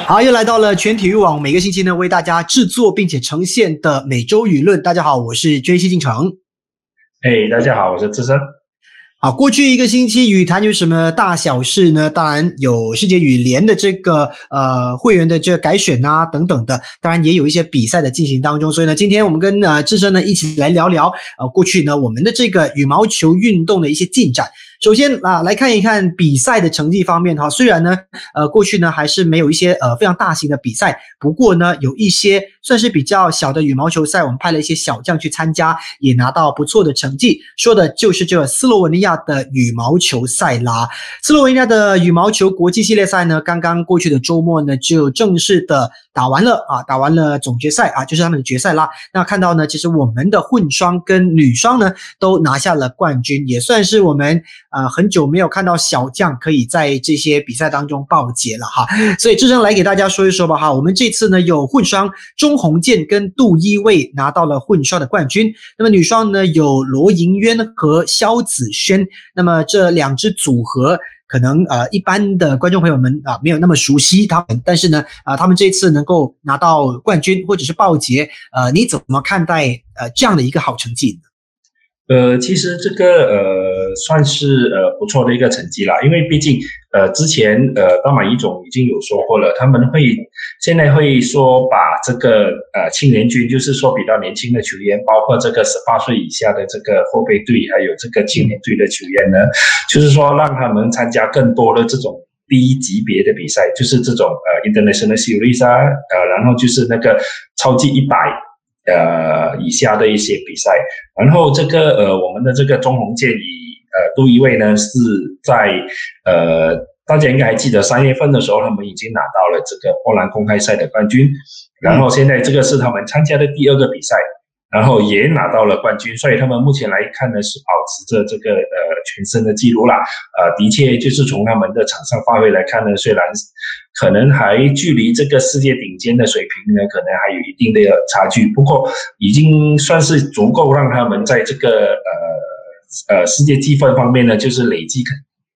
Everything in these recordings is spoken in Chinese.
好，又来到了全体育网每个星期呢为大家制作并且呈现的每周舆论。大家好，我是 JC 进城。 大家好，我是资深。 好，过去一个星期羽坛有什么大小事呢？当然有世界羽联的这个会员的这个改选啊等等的，当然也有一些比赛的进行当中。所以呢，今天我们跟智深呢一起来聊聊过去呢我们的这个羽毛球运动的一些进展。首先来看一看比赛的成绩方面哈，虽然呢过去呢还是没有一些非常大型的比赛，不过呢有一些算是比较小的羽毛球赛，我们派了一些小将去参加，也拿到不错的成绩。说的就是这个斯洛文尼亚的羽毛球赛啦。斯洛文尼亚的羽毛球国际系列赛呢，刚刚过去的周末呢就正式的打完了总决赛就是他们的决赛啦。那看到呢，其实我们的混双跟女双呢都拿下了冠军，也算是我们很久没有看到小将可以在这些比赛当中爆捷了哈。所以智深来给大家说一说吧哈。我们这次呢有混双钟宏健跟杜伊卫拿到了混双的冠军，那么女双呢有罗银渊和萧子轩。那么这两支组合可能一般的观众朋友们没有那么熟悉他们，但是呢他们这次能够拿到冠军或者是爆捷，你怎么看待这样的一个好成绩呢？ 其实这个算是不错的一个成绩啦，因为毕竟之前大马一总已经有说过了，他们现在会说把这个青年军，就是说比较年轻的球员，包括这个18岁以下的这个后备队，还有这个青年队的球员呢，就是说让他们参加更多的这种低级别的比赛，就是这种International Series 然后就是那个超级100。以下的一些比赛，然后这个我们的这个钟宏健杜伊卫呢是在大家应该还记得3月份的时候，他们已经拿到了这个波兰公开赛的冠军，然后现在这个是他们参加的第2个比赛，然后也拿到了冠军，所以他们目前来看呢是保持着这个全胜的记录啦。的确就是从他们的场上发挥来看呢，虽然可能还距离这个世界顶尖的水平呢，可能还有一定的差距，不过已经算是足够让他们在这个世界积分方面呢，就是累积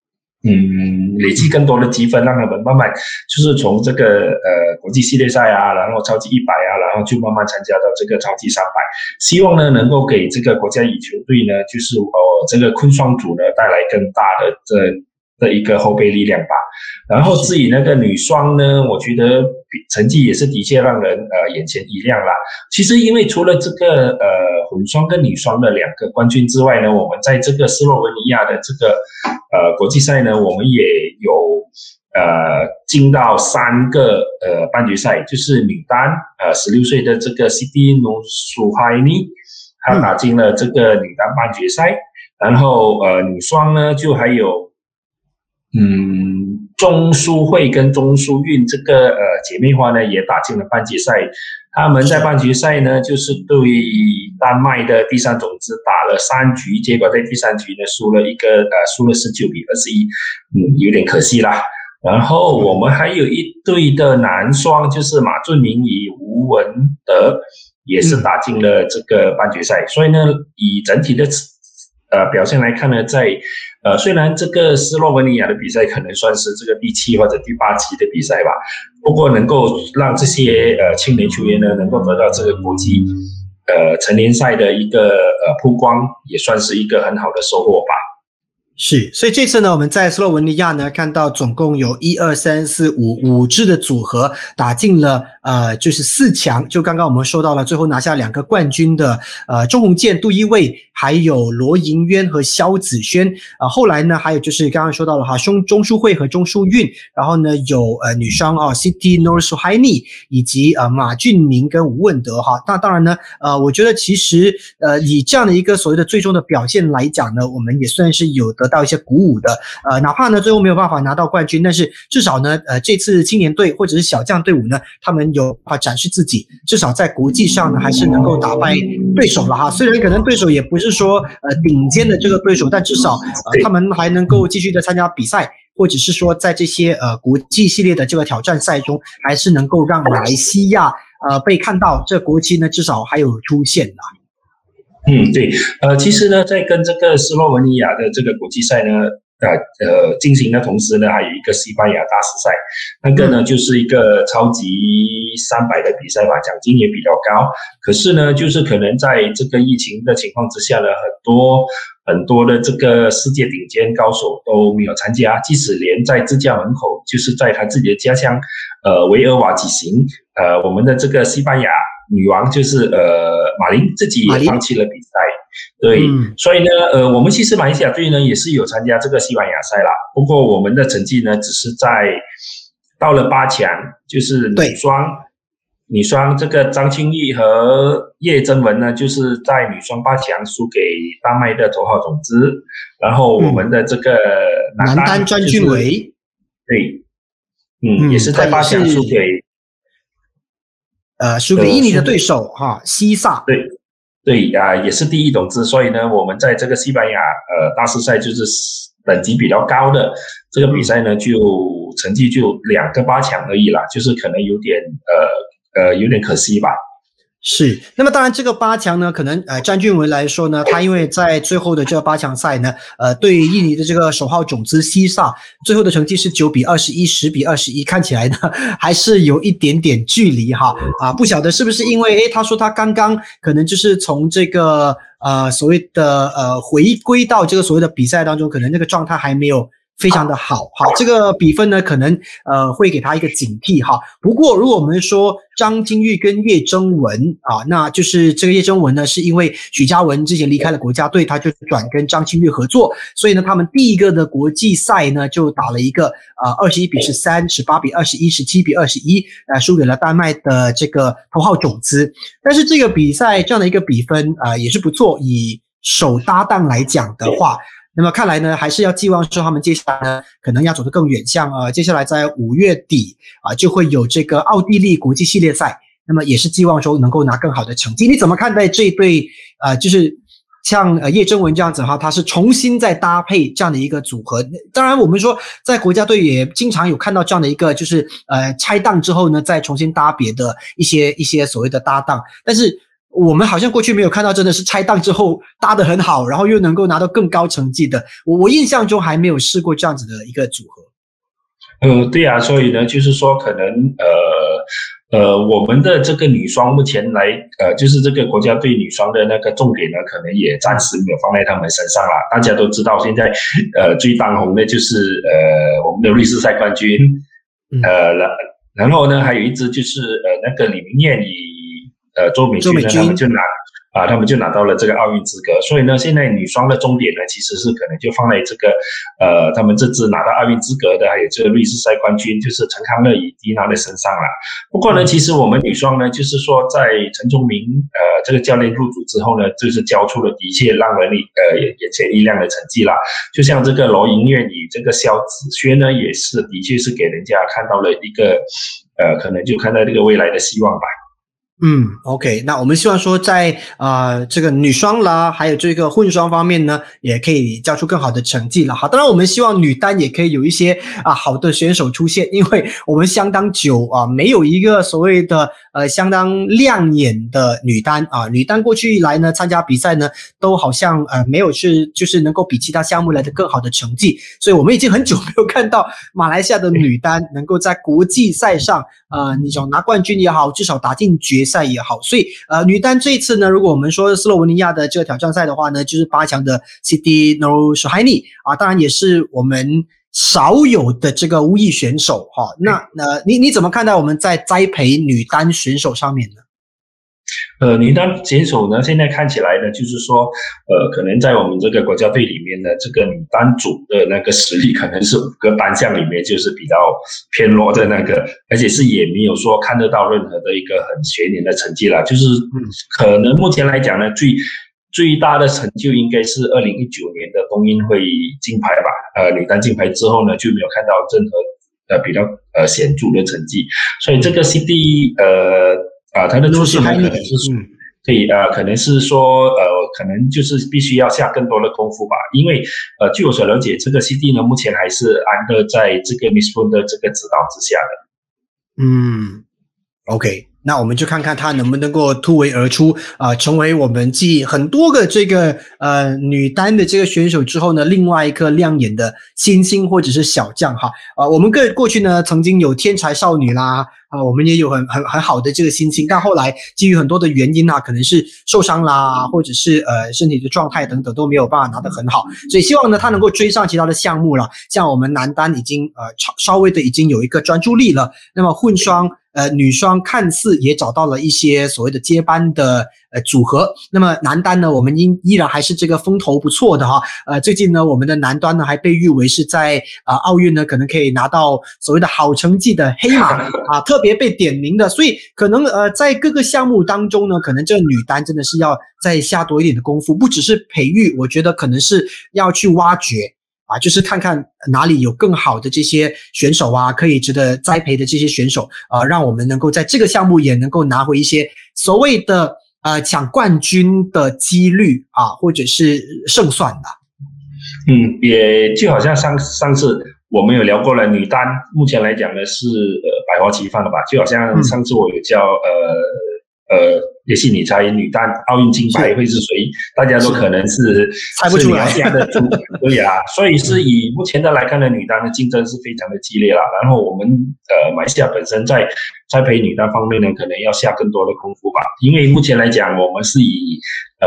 更多的积分，让他们慢慢就是从这个国际系列赛然后超级100然后就慢慢参加到这个超级300，希望呢能够给这个国家羽球队呢，就是这个混双组呢带来更大的的一个后备力量吧。然后至于那个女双呢，我觉得成绩也是的确让人眼前一亮啦。其实因为除了这个混双跟女双的2个冠军之外呢，我们在这个斯洛文尼亚的这个国际赛呢，我们也有进到3个半决赛，就是女单16岁的这个 Siti Nursuhaini， 她打进了这个女单半决赛，然后女双呢就还有钟淑慧跟钟淑韵这个姐妹花呢也打进了半决赛。他们在半决赛呢就是对丹麦的第3种子打了3局，结果在第3局呢输了19比21，有点可惜啦。然后我们还有一对的男双，就是马俊明与吴文德也是打进了这个半决赛。所以呢，以整体的表现来看呢，在虽然这个斯洛文尼亚的比赛可能算是这个第7或者第8期的比赛吧，不过能够让这些青年球员呢能够得到这个国际成年赛的一个曝光，也算是一个很好的收获吧。 是，所以这次呢，我们在斯洛文尼亚呢看到总共有1、2、3、4、5支的组合打进了就是4强，就刚刚我们说到了最后拿下2个冠军的钟宏健、杜伊卫，还有罗银渊和萧子轩。后来呢还有就是刚刚说到了钟淑慧和钟淑韵，然后呢有女双Siti Nursuhaini 以及马俊明跟吴文德哈。那当然呢我觉得其实以这样的一个所谓的最终的表现来讲呢，我们也算是有得到一些鼓舞的。哪怕呢最后没有办法拿到冠军，但是至少呢这次青年队或者是小将队伍呢，他们有办法展示自己，至少在国际上呢还是能够打败对手了哈。虽然可能对手也不是说顶尖的这个对手，但至少他们还能够继续的参加比赛，或者是说在这些国际系列的这个挑战赛中，还是能够让马来西亚被看到，这国旗呢至少还有出现啦。 对，其实呢，在跟这个斯洛文尼亚的这个国际赛呢， 进行的同时呢，还有一个西班牙大师赛，那个呢就是一个超级300的比赛吧，奖金也比较高。可是呢，就是可能在这个疫情的情况之下呢，很多的这个世界顶尖高手都没有参加，即使连在自家门口，就是在他自己的家乡维尔瓦举行，我们的这个西班牙女王就是马琳自己也放弃了比赛。对，所以呢，我们其实马来西亚队呢也是有参加这个西班牙赛啦，不过我们的成绩呢只是到了8强，就是女双这个张歆艺和叶甄文呢，就是在女双8强输给丹麦的头号种子，然后我们的这个男单张俊伟， 对，也是在8强输给印尼的对手哈西萨， 对也是第一种子，所以呢，我们在这个西班牙大师赛就是等级比较高的这个比赛呢，就成绩就2个8强而已啦，就是可能有点可惜吧。 是，那么当然这个8强呢，可能张俊文来说呢，他因为在最后的这个8强赛呢，对于印尼的这个首号种子西萨，最后的成绩是9-21，10-21，看起来呢还是有一点点距离哈不晓得是不是因为他说他刚刚可能就是从这个所谓的回归到这个所谓的比赛当中，可能那个状态还没有非常的好，这个比分呢可能会给他一个警惕哈。不过如果我们说张歆艺跟叶甄文那就是这个叶甄文呢是因为许嘉文之前离开了国家队，他就转跟张歆艺合作，所以呢他们第一个的国际赛呢就打了一个21-13 18-21 17-21输给了丹麦的这个头号种子。但是这个比赛这样的一个比分也是不错，以首搭档来讲的话，那么看来呢，还是要寄望说他们接下来呢，可能要走得更远，像接下来在5月底就会有这个奥地利国际系列赛，那么也是寄望说能够拿更好的成绩。你怎么看待这一对就是像叶甄文这样子他是重新再搭配这样的一个组合？当然我们说在国家队也经常有看到这样的一个就是拆档之后呢，再重新搭别的一些所谓的搭档，但是我们好像过去没有看到真的是拆档之后搭得很好，然后又能够拿到更高成绩的，我印象中还没有试过这样子的一个组合。 对啊，所以呢就是说可能我们的这个女双目前来就是这个国家队女双的那个重点呢，可能也暂时没有放在他们身上啦。大家都知道现在最当红的就是我们的瑞士赛冠军然后呢还有一支就是那个李明艳以周美君呢，他们就拿到了这个奥运资格，所以呢，现在女双的重点呢，其实是可能就放在这个他们这支拿到奥运资格的，还有这个瑞士赛冠军，就是陈康乐以迪娜的身上了。不过呢，其实我们女双呢，就是说在陈忠明这个教练入主之后呢，就是交出了的确让人眼前一亮的成绩啦。就像这个罗莹苑与这个肖子轩呢，也是的确是给人家看到了一个可能就看到这个未来的希望吧。 OK， 那我们希望说在这个女双啦，还有这个混双方面呢，也可以交出更好的成绩了。好，当然我们希望女单也可以有一些好的选手出现，因为我们相当久没有一个所谓的相当亮眼的女单女单过去以来呢，参加比赛呢都好像没有就是能够比其他项目来的更好的成绩，所以我们已经很久没有看到马来西亚的女单能够在国际赛上你想拿冠军也好，至少打进决赛也好，所以女单这一次呢，如果我们说斯洛文尼亚的这个挑战赛的话呢，就是8强的 Siti Nursuhaini当然也是我们少有的这个乌裔选手那你怎么看待我们在栽培女单选手上面呢？ 女单选手呢，现在看起来呢，就是说，可能在我们这个国家队里面呢，这个女单组的那个实力，可能是5个单项里面就是比较偏弱的那个，而且是也没有说看得到任何的一个很显眼的成绩啦。就是可能目前来讲呢，最大的成就应该是2019年的冬运会金牌吧。女单金牌之后呢，就没有看到任何比较显著的成绩，所以这个 CD 他的出现呢，可能是可能是说可能就是必须要下更多的功夫吧，因为据我所了解，这个 CD 呢目前还是安乐在这个 Miss World 的这个指导之下的。 OK， 那我们就看看他能不能够突围而出成为我们继很多个这个女单的这个选手之后呢，另外一个亮眼的新星或者是小将哈。我们过去呢曾经有天才少女啦，我们也有很好的这个新星，但后来基于很多的原因可能是受伤啦，或者是身体的状态等等都没有办法拿得很好，所以希望呢他能够追上其他的项目了。像我们男单已经稍微的已经有一个专注力了，那么混双女双看似也找到了一些所谓的接班的组合，那么男单呢我们依然还是这个风头不错的哈。最近呢我们的男单呢还被誉为是在奥运呢可能可以拿到所谓的好成绩的黑马特别被点名的，所以可能在各个项目当中呢，可能这个女单真的是要再下多一点的功夫，不只是培育，我觉得可能是要去挖掘就是看看哪里有更好的这些选手可以值得栽培的这些选手让我们能够在这个项目也能够拿回一些所谓的抢冠军的几率或者是胜算吧。 也就好像上次我们有聊过了，女单目前来讲呢是百花齐放的吧，就好像上次我有叫也许你猜女单奥运金牌会是谁？大家都可能是猜不出来的对啊，所以是以目前的来看呢，女单的竞争是非常的激烈啦。然后我们马来西亚本身在栽培女单方面呢，可能要下更多的功夫吧。因为目前来讲，我们是以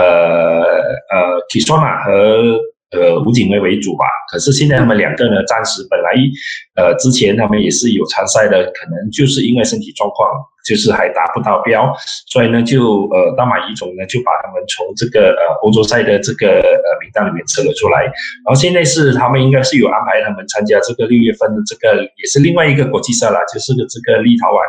Kisona 和吴景薇为主吧，可是现在他们两个呢，暂时本来之前他们也是有参赛的，可能就是因为身体状况就是还达不到标，所以呢就大马乙种呢就把他们从这个欧洲赛的这个名单里面撤了出来，然后现在是他们应该是有安排他们参加这个6月份的这个也是另外一个国际赛啦，就是这个立陶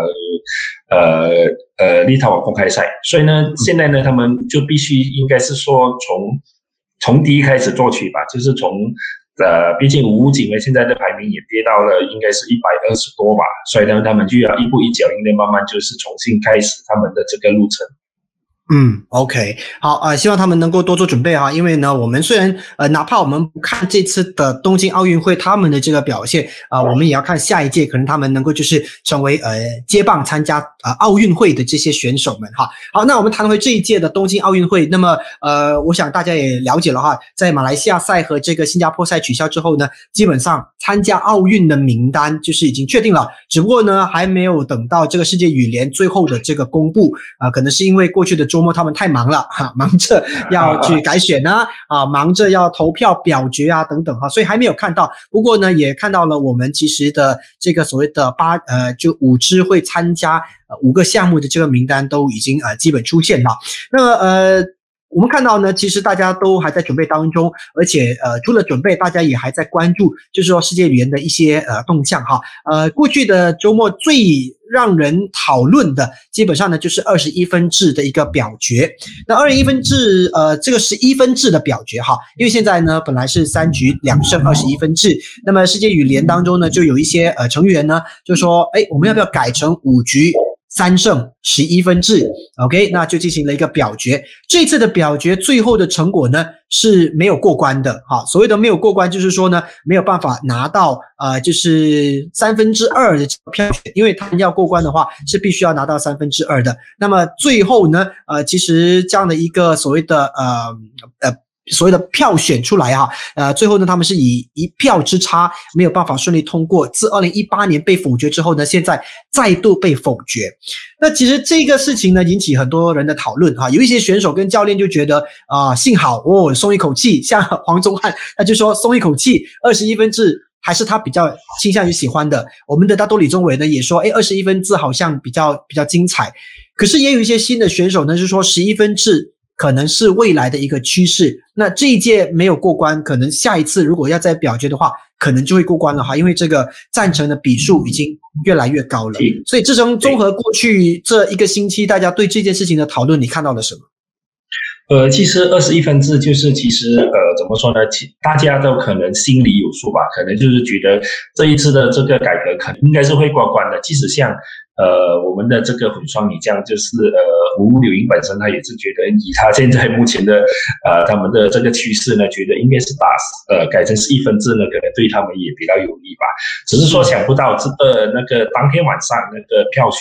宛公开赛，所以呢现在呢他们就必须应该是说从第一开始做起吧，就是从毕竟吴景薇现在的排名也跌到了应该是120多吧，所以呢他们就要一步一脚印的慢慢就是重新开始他们的这个路程。 OK， 好希望他们能够多做准备因为呢我们虽然哪怕我们不看这次的东京奥运会他们的这个表现我们也要看下一届可能他们能够就是成为接棒参加奥运会的这些选手们好，那我们谈回这一届的东京奥运会，那么我想大家也了解了在马来西亚赛和这个新加坡赛取消之后呢，基本上参加奥运的名单就是已经确定了，只不过呢还没有等到这个世界羽联最后的这个公布可能是因为过去的周末他们太忙了忙着要去改选忙着要投票表决等等所以还没有看到。不过呢也看到了我们其实的这个所谓的就5支会参加5个项目的这个名单都已经基本出现了。那么我们看到呢其实大家都还在准备当中，而且除了准备大家也还在关注就是说世界羽联的一些动向过去的周末最让人讨论的基本上呢就是21分制的一个表决。那21分制这个11分制的表决因为现在呢本来是3局2胜21分制，那么世界羽联当中呢就有一些成员呢就说我们要不要改成5局3胜11分制 OK， 那就进行了一个表决。这次的表决最后的成果呢是没有过关的所谓的没有过关就是说呢没有办法拿到就是2/3的票选，因为他们要过关的话是必须要拿到2/3的。那么最后呢其实这样的一个所谓的票选出来最后呢他们是以1票之差没有办法顺利通过，自2018年被否决之后呢现在再度被否决。那其实这个事情呢引起很多人的讨论有一些选手跟教练就觉得幸好松一口气，像黄宗翰他就说松一口气，21分制还是他比较倾向于喜欢的。我们的大多李宗伟呢也说21分制好像比较精彩，可是也有一些新的选手呢是说11分制可能是未来的一个趋势，那这一届没有过关，可能下一次如果要再表决的话可能就会过关了因为这个赞成的比数已经越来越高了。所以志成综合过去这一个星期大家对这件事情的讨论，你看到了什么？ 其实21分制就是其实怎么说呢，大家都可能心里有数吧，可能就是觉得这一次的这个改革可能应该是会过关的。即使像我们的这个混双女将就是吴柳莹本身她也是觉得以她现在目前的他们的这个趋势呢，觉得应该是改成11分制呢可能对他们也比较有利吧。只是说想不到这个那个当天晚上那个票选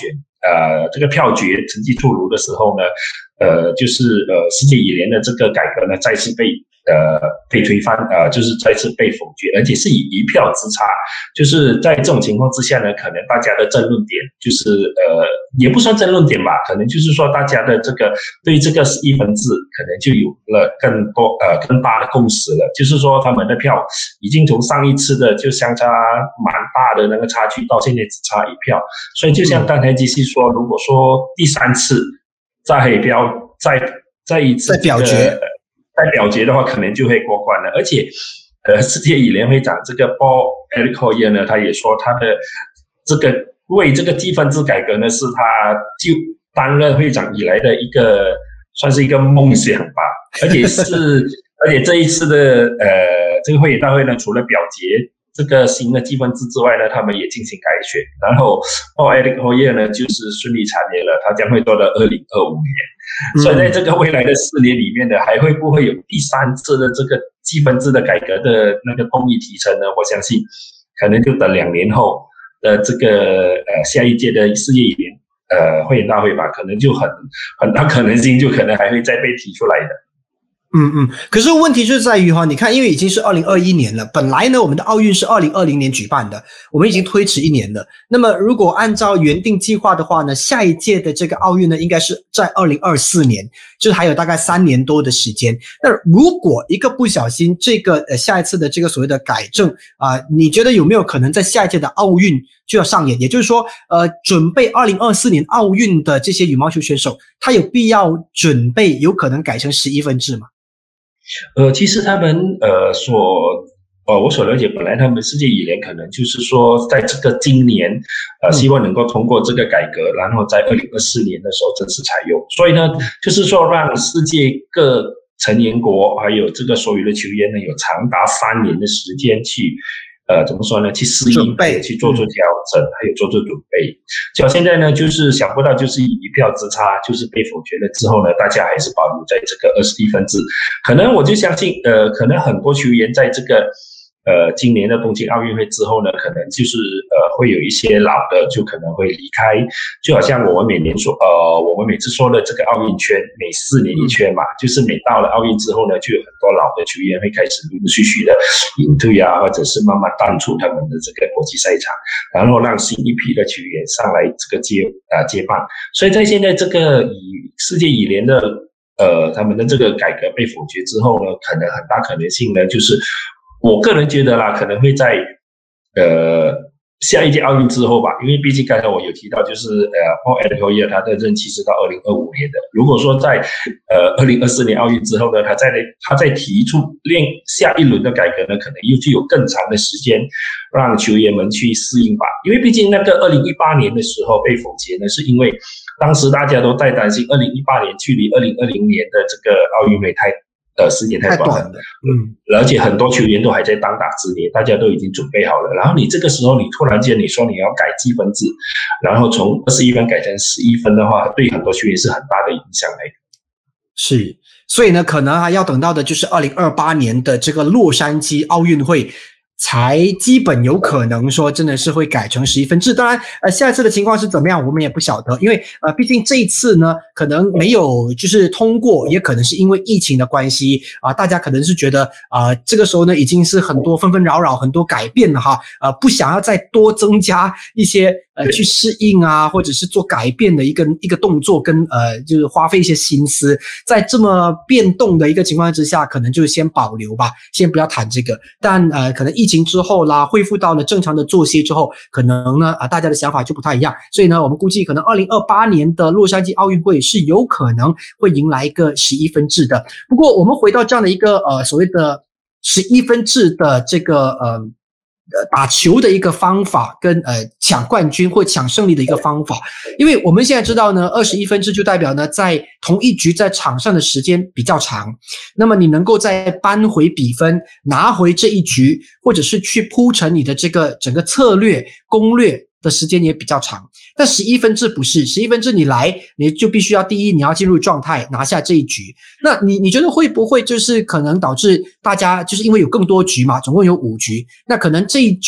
这个票决成绩出炉的时候呢，就是世界羽联的这个改革呢再次被推翻，就是再次被否决，而且是以1票之差。就是在这种情况之下呢，可能大家的争论点就是也不算争论点吧，可能就是说大家的这个对这个11分制可能就有了更大的共识了，就是说他们的票已经从上一次的就相差蛮大的那个差距，到现在只差1票。所以就像刚才继续说，如果说第3次再一次再表决。 在表决的话，可能就会过关了。而且，世界羽联会长这个 Paul Eric Hoyer 呢，他也说他的为这个积分制改革呢，是他就担任会长以来的算是一个梦想吧。而且这一次的这个会员大会呢，除了表决这个新的积分制之外呢，他们也进行改选。然后 Paul Eric Hoyer 呢，就是顺利参选了，他将会做到2025年。所以在这个未来的4年里面呢，还会不会有第3次的这个积分制的改革的那个动议提成呢？我相信可能就等2年后的这个下一届的世界羽联会员大会吧，可能就很大可能性就可能还会再被提出来的。 可是问题就在于你看，因为已经是2021年了，本来呢我们的奥运是2020年举办的，我们已经推迟1年了。那么如果按照原定计划的话呢，下一届的这个奥运呢，应该是在2024年，就是还有大概3年多的时间。那如果一个不小心，这个下一次的这个所谓的改正你觉得有没有可能在下一届的奥运就要上演？也就是说准备2024年奥运的这些羽毛球选手，他有必要准备有可能改成11分制吗？ 其实他们我所了解，本来他们世界羽联可能就是说，在这个今年希望能够通过这个改革，然后在2024年的时候正式采用。所以呢，就是说让世界各成员国还有这个所有的球员呢，有长达3年的时间去怎么说呢？去适应，去做出调整，还有做出准备。就现在呢，就是想不到，就是以1票之差，就是被否决了之后呢，大家还是保留在这个21分制。可能我就相信，可能很多球员在这个今年的东京奥运会之后呢，可能就是会有一些老的就可能会离开，就好像我们每次说的这个奥运圈，每4年1圈嘛，就是每到了奥运之后呢，就有很多老的球员会开始陆陆续续的隐退或者是慢慢淡出他们的这个国际赛场，然后让新一批的球员上来这个接棒。所以在现在这个以世界羽联的他们的这个改革被否决之后呢，可能很大可能性呢，就是我个人觉得啦，可能会在下一届奥运之后吧，因为毕竟刚才我有提到，就是Paul Eric Hoyer 他的任期是到2025年的。如果说在2024年奥运之后呢，他再提出下一轮的改革呢，可能又具有更长的时间让球员们去适应吧。因为毕竟那个2018年的时候被否决呢，是因为当时大家都在担心2018年距离2020年的这个奥运会时间太短了，而且很多球员都还在当打之年，大家都已经准备好了。然后你这个时候你突然间你说你要改积分制，然后从21分改成11分的话，对很多球员是很大的影响来的。 是，所以呢，可能还要等到的就是2028年的这个洛杉矶奥运会，才基本有可能说真的是会改成11分制。当然下一次的情况是怎么样我们也不晓得，因为毕竟这一次呢可能没有就是通过，也可能是因为疫情的关系大家可能是觉得这个时候呢已经是很多纷纷扰扰，很多改变了不想要再多增加一些去适应或者是做改变的一个动作，跟就是花费一些心思，在这么变动的一个情况之下，可能就先保留吧，先不要谈这个。但可能疫情之后啦，恢复到了正常的作息之后，可能呢大家的想法就不太一样。所以呢，我们估计可能2028年的洛杉矶奥运会是有可能会迎来一个11分制的。不过我们回到这样的一个所谓的11分制的这个打球的一个方法，跟抢冠军或抢胜利的一个方法。因为我们现在知道呢，21分制就代表呢在同一局在场上的时间比较长，那么你能够再扳回比分，拿回这一局，或者是去铺陈你的这个整个策略攻略的时间也比较长。但11分制不是，11分制你就必须要第一你要进入状态，拿下这一局。那你觉得会不会就是可能导致大家就是因为有更多局嘛，总共有5局，那可能这一局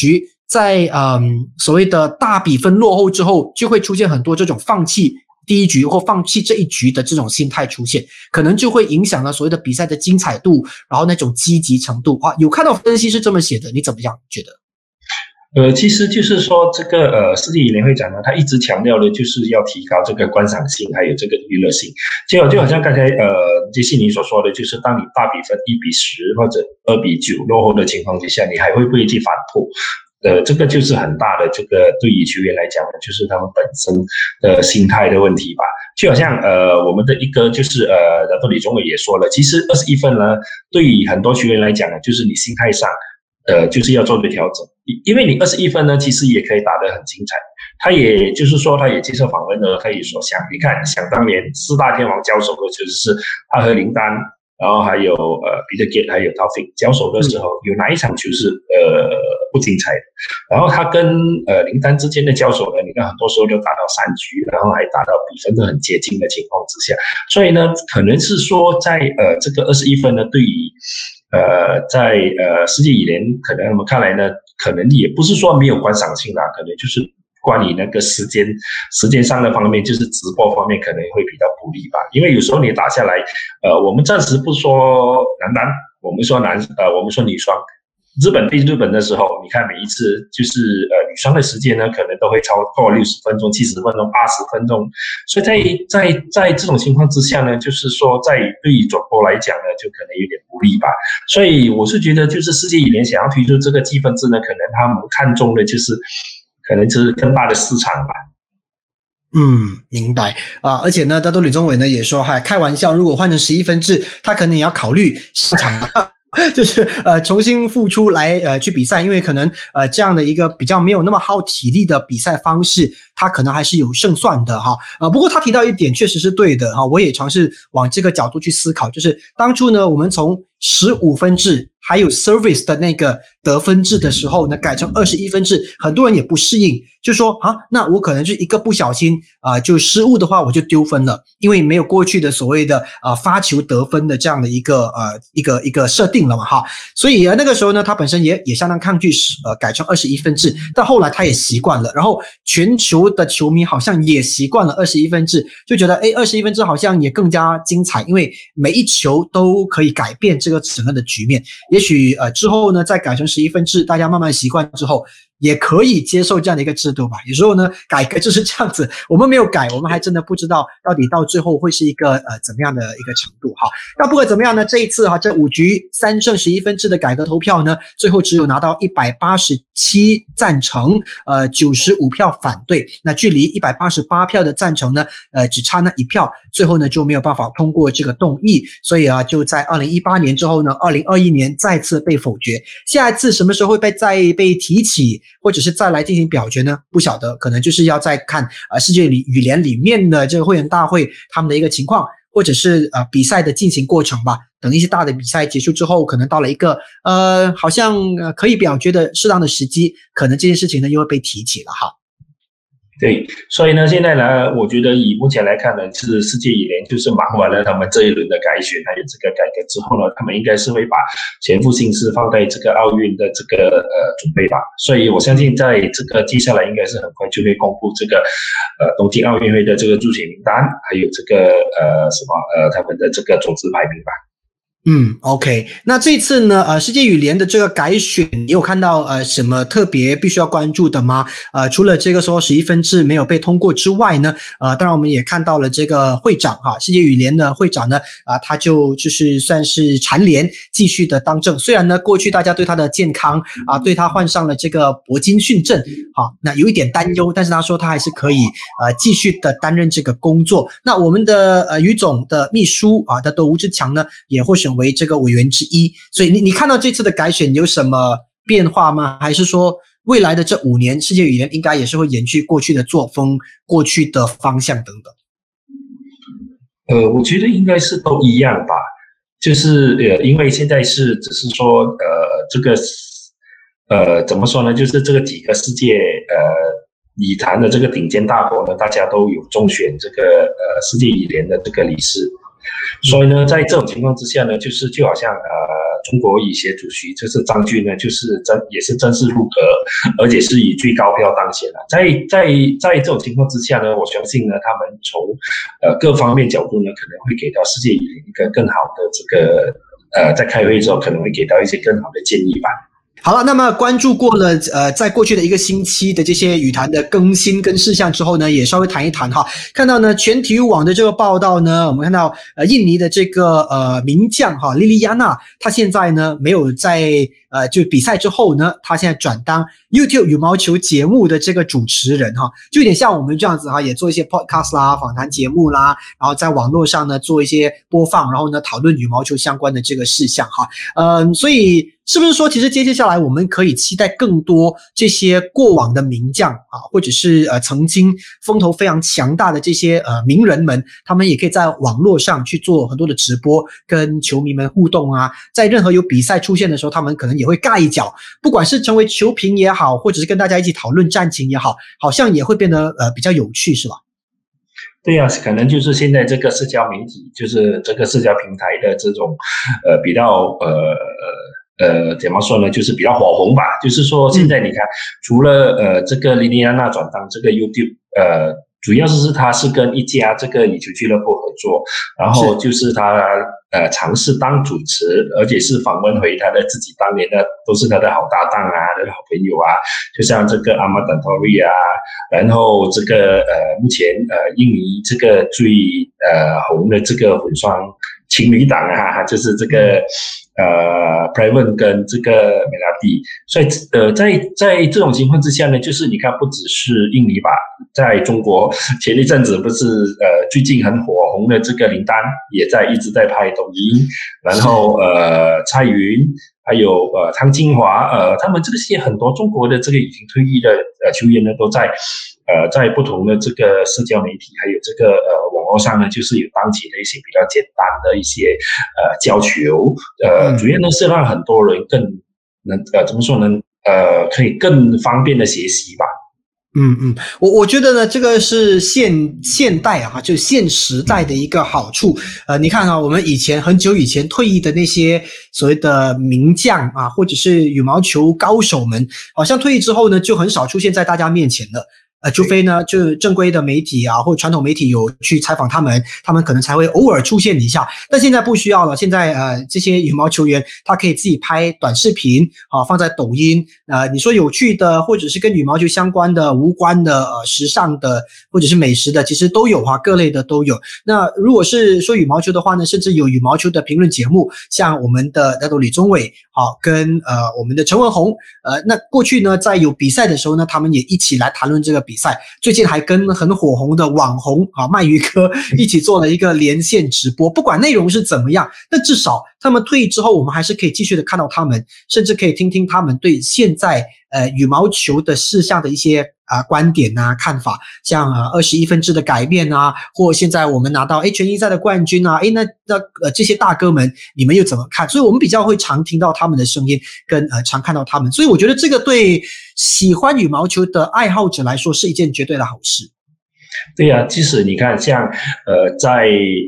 在所谓的大比分落后之后，就会出现很多这种放弃第一局或放弃这一局的这种心态出现，可能就会影响了所谓的比赛的精彩度，然后那种积极程度啊。有看到分析是这么写的，你怎么样觉得？ 其实就是说这个世界羽联会长呢，他一直强调的就是要提高这个观赏性，还有这个娱乐性。就好像刚才杰西你所说的，就是当你大比分1-10或者2-9落后的情况之下，你还会不会去反扑？这个就是很大的这个对于球员来讲呢，就是他们本身的心态的问题吧。就好像我们的一个就是李宗伟也说了，其实21分呢，对于很多球员来讲呢，就是你心态上就是要做个调整，因为你21分呢，其实也可以打得很精彩。他也就是说，他也接受访问呢，他也说你看，想当年4大天王交手的就是他和林丹，然后还有彼得 Gate 还有 Taufik 交手的时候，有哪一场球是不精彩的？然后他跟林丹之间的交手呢，你看很多时候都打到3局，然后还打到比分都很接近的情况之下，所以呢，可能是说在这个21分呢，对于在世界羽联可能我们看来呢，可能也不是说没有观赏性啦，可能就是关于那个时间上的方面，就是直播方面可能会比较不利吧。因为有时候你打下来，我们暂时不说男单，我们说女双。日本对日本的时候，你看每一次就是女双的时间呢，可能都会超过60分钟、70分钟、80分钟，所以在这种情况之下呢，就是说对于转播来讲呢，就可能有点不利吧。所以我是觉得，就是世界羽联想要推出这个积分制呢，可能他们看中的就是可能就是更大的市场吧。 明白啊，而且呢，大都李宗伟呢也说，开玩笑，如果换成11分制，他可能也要考虑市场。就是重新复出来去比赛，因为可能这样的一个比较没有那么耗体力的比赛方式，他可能还是有胜算的哈。不过他提到一点确实是对的哈，我也尝试往这个角度去思考，就是当初呢，我们从15分制还有 service 的那个得分制的时候呢，改成21分制，很多人也不适应，就说那我可能就一个不小心就失误的话，我就丢分了，因为没有过去的所谓的发球得分的这样的一个设定了嘛哈，所以那个时候呢，他本身也相当抗拒改成21分制，但后来他也习惯了，然后全球的球迷好像也习惯了21分制，就觉得21分制好像也更加精彩，因为每一球都可以改变这个整个的局面。也许之后呢再改成11分制，大家慢慢习惯之后也可以接受这样的一个制度吧。有时候呢改革就是这样子，我们没有改，我们还真的不知道到底到最后会是一个怎么样的一个程度。好，那不管怎么样呢，这一次这5局3胜11分制的改革投票呢，最后只有拿到187赞成95票反对，那距离188票的赞成呢只差那1票，最后呢就没有办法通过这个动议，所以就在2018年之后呢，2021年再次被否决。下一次什么时候会再被提起，或者是再来进行表决呢？不晓得，可能就是要再看世界羽联里面的这个会员大会他们的一个情况，或者是比赛的进行过程吧。等一些大的比赛结束之后，可能到了一个好像可以表决的适当的时机，可能这件事情呢又会被提起了哈。 对，所以呢，现在呢，我觉得以目前来看呢，是世界羽联就是忙完了他们这一轮的改选还有这个改革之后呢，他们应该是会把全副心思放在这个奥运的这个准备吧。所以我相信在这个接下来应该是很快就会公布这个东京奥运会的这个入选名单，还有这个他们的这个种子排名吧。 OK， 那这次呢世界羽联的这个改选，你有看到什么特别必须要关注的吗？除了这个说11分制没有被通过之外呢，当然我们也看到了这个会长世界羽联的会长呢他就是算是蝉联继续的当政，虽然呢过去大家对他的健康对他患上了这个铂金逊症那有一点担忧，但是他说他还是可以继续的担任这个工作。那我们的羽总的秘书的吴志强呢也获选为这个委员之一，所以你看到这次的改选有什么变化吗？还是说未来的这5年世界羽联应该也是会延续过去的作风、过去的方向等等？我觉得应该是都一样吧，就是因为现在只是说这个怎么说呢，就是这个几个世界羽坛的这个顶尖大国呢，大家都有中选这个世界羽联的这个理事。所以呢，在这种情况之下呢，就好像中国羽协主席就是张军呢，也是正式入阁，而且是以最高票当选了。在这种情况之下呢，我相信呢，他们从各方面角度呢，可能会给到世界羽联一个更好的这个在开会之后可能会给到一些更好的建议吧。 好了，那么关注过了在过去的一个星期的这些羽坛的更新跟事项之后呢，也稍微谈一谈哈。看到呢全体育网的这个报道呢，我们看到印尼的这个名将哈莉莉亚娜，她现在呢没有在就比赛之后呢，她现在转当 YouTube 羽毛球节目的这个主持人哈，就有点像我们这样子哈，也做一些 podcast 啦、访谈节目啦，然后在网络上呢做一些播放，然后呢讨论羽毛球相关的这个事项哈。所以是不是说其实接下来我们可以期待更多这些过往的名将啊，或者是曾经风头非常强大的这些名人们，他们也可以在网络上去做很多的直播，跟球迷们互动啊，在任何有比赛出现的时候，他们可能也会尬一脚，不管是成为球评也好，或者是跟大家一起讨论战情也好，好像也会变得比较有趣，是吧？ 对啊，可能就是现在这个社交媒体，就是这个社交平台的这种比较怎么说呢？就是比较火红吧。就是说，现在你看，除了这个莉莉安娜转当这个 YouTube， 主要是他是跟一家这个羽球俱乐部合作，然后就是他尝试当主持，而且是访问回他的自己当年的都是他的好搭档啊，他的好朋友啊，就像这个阿玛丹托瑞啊，然后这个目前印尼这个最红的这个混双情侣档啊，就是这个Previn 跟这个美拉蒂，所以在这种情况之下呢，就是你看不只是印尼吧，在中国前一阵子不是最近很火红的这个林丹也一直在拍抖音，然后蔡云还有汤金华他们这些很多中国的这个已经退役的球员呢，都在不同的这个社交媒体还有这个网络上呢，就是有当起的一些比较简单的一些教球，主要呢是让很多人更能怎么说呢可以更方便的学习吧。 我觉得呢，这个是现代啊，就现时代的一个好处。你看啊，我们很久以前退役的那些所谓的名将啊，或者是羽毛球高手们，好像退役之后呢，就很少出现在大家面前了。除非呢，就正规的媒体啊，或者传统媒体有去采访他们可能才会偶尔出现一下。但现在不需要了，现在这些羽毛球员他可以自己拍短视频啊，放在抖音。你说有趣的，或者是跟羽毛球相关的、无关的、时尚的，或者是美食的，其实都有啊，各类的都有。那如果是说羽毛球的话呢，甚至有羽毛球的评论节目，像我们的李宗伟跟我们的陈文宏，那过去呢，在有比赛的时候呢，他们也一起来谈论这个比赛。最近还跟很火红的网红鳗鱼哥一起做了一个连线直播。不管内容是怎么样，但至少他们退役之后，我们还是可以继续的看到他们，甚至可以听听他们对现在羽毛球的事项的一些观点啊、看法，像21分制的改变啊，或现在我们拿到全英赛的冠军啊，那这些大哥们你们又怎么看？所以我们比较会常听到他们的声音，跟常看到他们，所以我觉得这个对喜欢羽毛球的爱好者来说是一件绝对的好事。 对啊，即使你看像在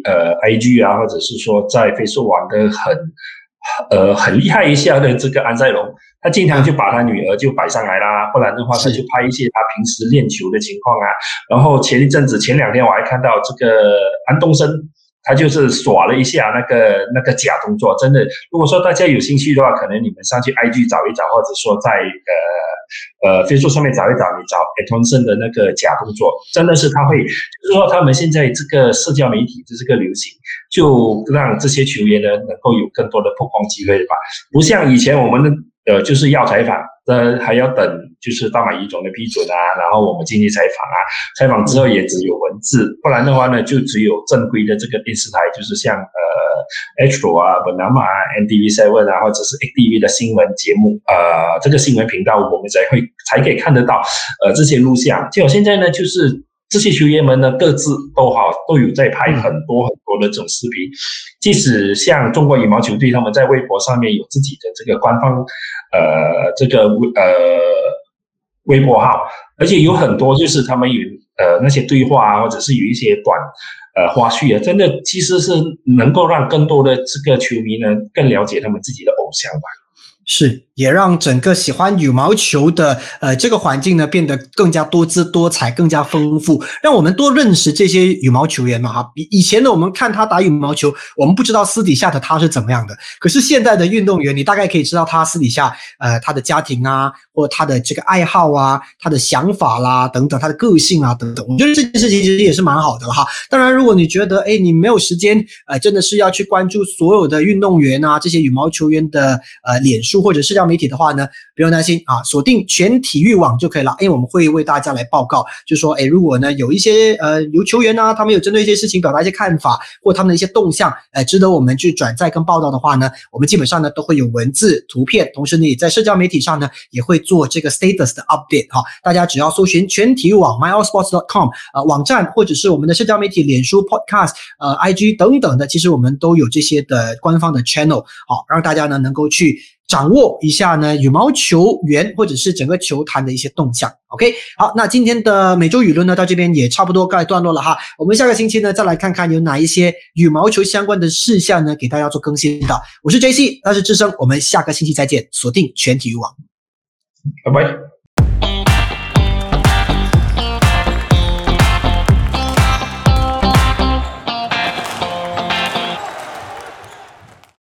IG 啊，或者是说在 Facebook 玩的很厉害一下的这个安塞龙，他经常就把他女儿就摆上来啦，不然的话他就拍一些他平时练球的情况啊。然后前2天我还看到这个安东升，他就是耍了一下那个假动作，真的，如果说大家有兴趣的话，可能你们上去 IG 找一找，或者说在Facebook 上面找一找，你找 Antonson 的那个假动作，真的是他会，就是说他们现在这个社交媒体的这个流行，就让这些球员呢能够有更多的曝光机会吧，不像以前我们就是要采访还要等就是大马乙总的批准啊，然后我们进去采访啊，采访之后也只有文字，不然的话呢就只有正规的这个电视台，就是像Astro 啊、Bernama 啊、NTV7 啊，或者是 ATV 的新闻节目，这个新闻频道我们才可以看得到这些录像。结果现在呢，就是这些球员们呢各自都有在拍很多的这种视频，即使像中国羽毛球队他们在微博上面有自己的这个官方这个微博号，而且有很多就是他们有那些对话啊，或者是有一些花絮啊，真的其实是能够让更多的这个球迷呢更了解他们自己的偶像吧。 是，也让整个喜欢羽毛球的这个环境呢变得更加多姿多彩，更加丰富，让我们多认识这些羽毛球员嘛哈。比以前呢，我们看他打羽毛球，我们不知道私底下的他是怎么样的。可是现在的运动员，你大概可以知道他私底下他的家庭啊，或他的这个爱好啊，他的想法啦等等，他的个性啊等等。我觉得这件事情其实也是蛮好的哈。当然，如果你觉得你没有时间真的是要去关注所有的运动员啊，这些羽毛球员的脸书或者社交媒体的话呢，不用担心啊，锁定全体育网就可以了。因为我们会为大家来报告，就说如果呢有一些有球员啊，他们有针对一些事情表达一些看法，或他们的一些动向值得我们去转载跟报道的话呢，我们基本上呢都会有文字、图片，同时呢也在社交媒体上呢也会做这个 status 的 update 哈。大家只要搜寻全体育网 myallsports.com 网站，或者是我们的社交媒体脸书 podcast IG 等等的，其实我们都有这些的官方的 channel 好，让大家呢能够去掌握一下呢羽毛球员或者是整个球坛的一些动向。 OK， 好，那今天的每周舆论呢到这边也差不多告一段落了哈。我们下个星期呢再来看看有哪一些羽毛球相关的事项呢给大家做更新的。我是 JC， 那是智生，我们下个星期再见，锁定全体育网， 拜拜。